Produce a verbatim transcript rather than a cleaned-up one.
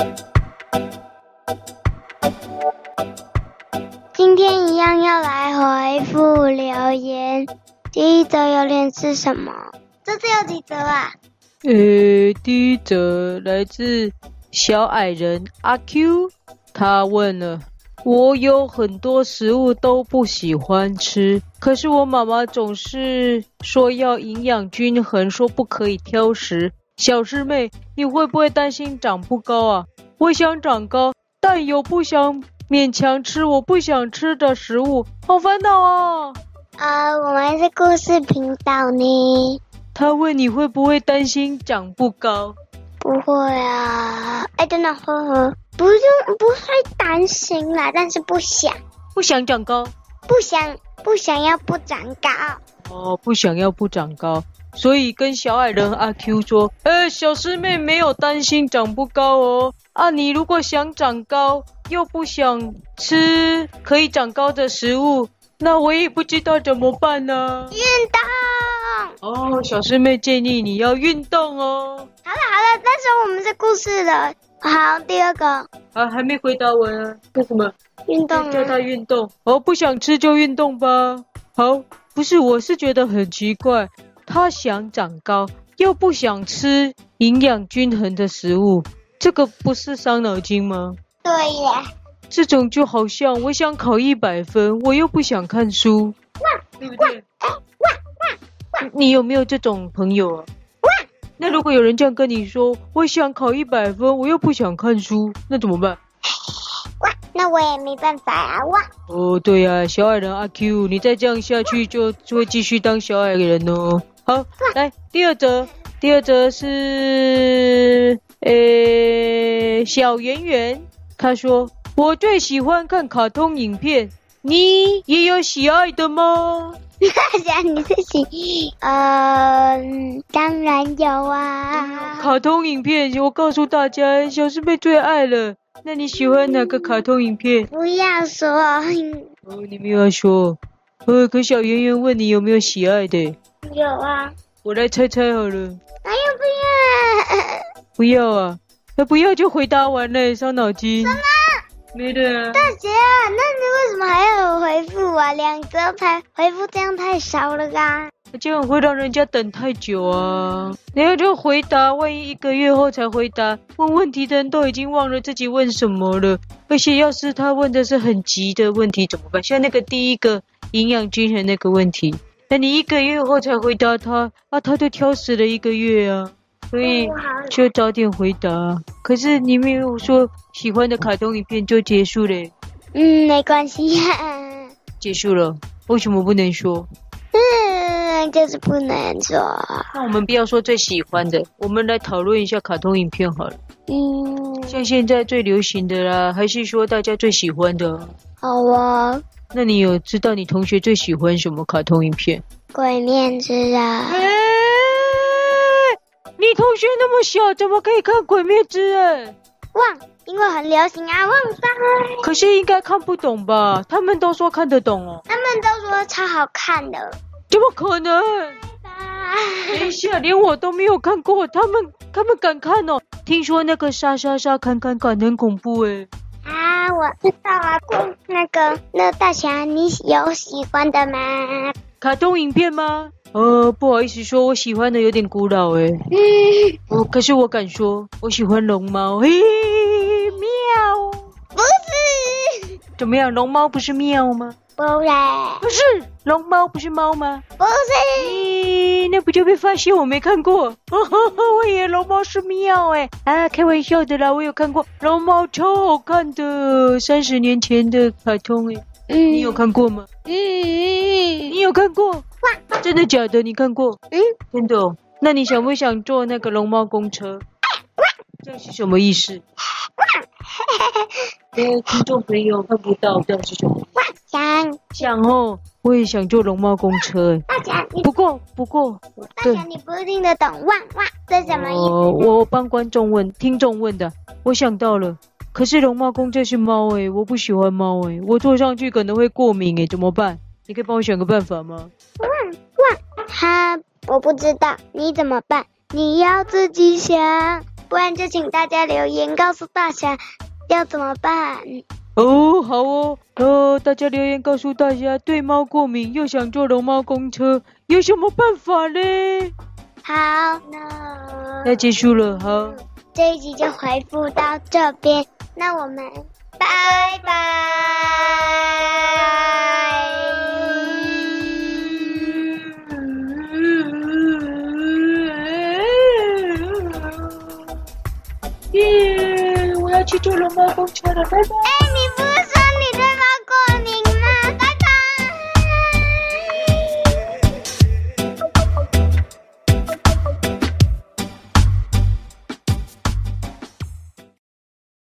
今天一样要来回复留言。第一则留言是什么？这次有几则啊？ 呃，第一则来自小矮人阿 Q， 他问了：我有很多食物都不喜欢吃，可是我妈妈总是说要营养均衡，说不可以挑食。小师妹，你会不会担心长不高啊？我想长高，但又不想勉强吃我不想吃的食物，好烦恼啊！ 呃，我们是故事频道呢。 他问你会不会担心长不高？ 不会啊，哎，真的呵呵，不用，不会担心啦，但是不想， 不想长高， 不想，不想要不长高。 哦，不想要不长高，所以跟小矮人阿 Q 说，呃，小师妹没有担心长不高哦。啊，你如果想长高，又不想吃可以长高的食物，那我也不知道怎么办呢。 运动。 哦，小师妹建议你要运动哦。 好了好了，但是我们是故事的。好，第二个。 啊，还没回答完啊？为什么？ 运动啊。 叫他运动。哦，不想吃就运动吧。好，不是，我是觉得很奇怪，他想长高，又不想吃营养均衡的食物，这个不是伤脑筋吗？ 对呀。 这种就好像我想考一百分，我又不想看书，对不对？你有没有这种朋友啊？那如果有人这样跟你说，我想考一百分，我又不想看书，那怎么办？ 哇，那我也没办法啊！哇。 哦，对啊，小矮人阿 Q， 你再这样下去就就会继续当小矮人哦。好，来第二则，第二则是呃小圆圆，他说我最喜欢看卡通影片，你也有喜爱的吗？ 大家你是喜，呃，当然有啊。 卡通影片，我告诉大家，小师妹最爱了。那你喜欢哪个卡通影片？ 不要说。 哦，你没有要说。呃，可小圆圆问你有没有喜爱的？ 有啊。 我来猜猜好了。 哎呀，不要。 不要啊？那不要就回答完了，伤脑筋。 什么？ 没的啊。 大姐啊，那你为什么还要有回复啊？两则才回复，这样太少了啊。 这样会让人家等太久啊！然后就回答，万一一个月后才回答，问问题的人都已经忘了自己问什么了。而且要是他问的是很急的问题怎么办？像那个第一个营养均衡那个问题，那你一个月后才回答他，啊，他就挑食了一个月啊。所以就早点回答。可是你没有说喜欢的卡通影片就结束了。 嗯，没关系啊。 结束了，为什么不能说？ 嗯，就是不能说。 那我们不要说最喜欢的，我们来讨论一下卡通影片好了。 嗯， 像现在最流行的啦，还是说大家最喜欢的？ 好啊。 那你有知道你同学最喜欢什么卡通影片？ 鬼面之刃。 欸，你同学那么小，怎么可以看鬼灭之刃？ 忘，因为很流行啊，忘吧。 可是应该看不懂吧？他们都说看得懂哦。 他们都说超好看的。 怎么可能？等一下，连我都没有看过，他们他们敢看哦？听说那个杀杀杀砍砍砍很恐怖诶。 啊，我知道啊，那个那大侠，你有喜欢的吗？ 卡通影片吗？呃，不好意思说，我喜欢的有点古老诶。 嗯。 哦，可是我敢说，我喜欢龙猫。嘿，喵。 不是。 怎么样？龙猫不是喵吗？ 不然。 不是，龙猫不是猫吗？ 不是。 咦，那不就被发现我没看过？我以为龙猫是喵诶。啊，开玩笑的啦，我有看过龙猫，超好看的，三十年前的卡通诶。嗯，你有看过吗？ 嗯，你有看过？哇，真的假的？你看过？ 嗯， 真的哦。那你想不想坐那个龙猫公车？这是什么意思？因为听众朋友看不到，这是什么？ 想想哦，我也想坐龙猫公车诶。 大家， 不过不过， 大家你不一定的懂，哇哇，这什么意思？ 哦，我帮观众问，听众问的，我想到了。可是龙猫公车是猫诶，我不喜欢猫诶，我坐上去可能会过敏诶，怎么办？你可以帮我想个办法吗？ 哇哇，哈，我不知道，你怎么办？你要自己想。 不然就请大家留言告诉大侠要怎么办。 哦，好哦，呃，大家留言告诉大家，对猫过敏又想坐龙猫公车，有什么办法呢？ 好，那那结束了，好， 这一集就回复到这边，那我们拜拜。 耶，我要去坐龙猫公车了，拜拜。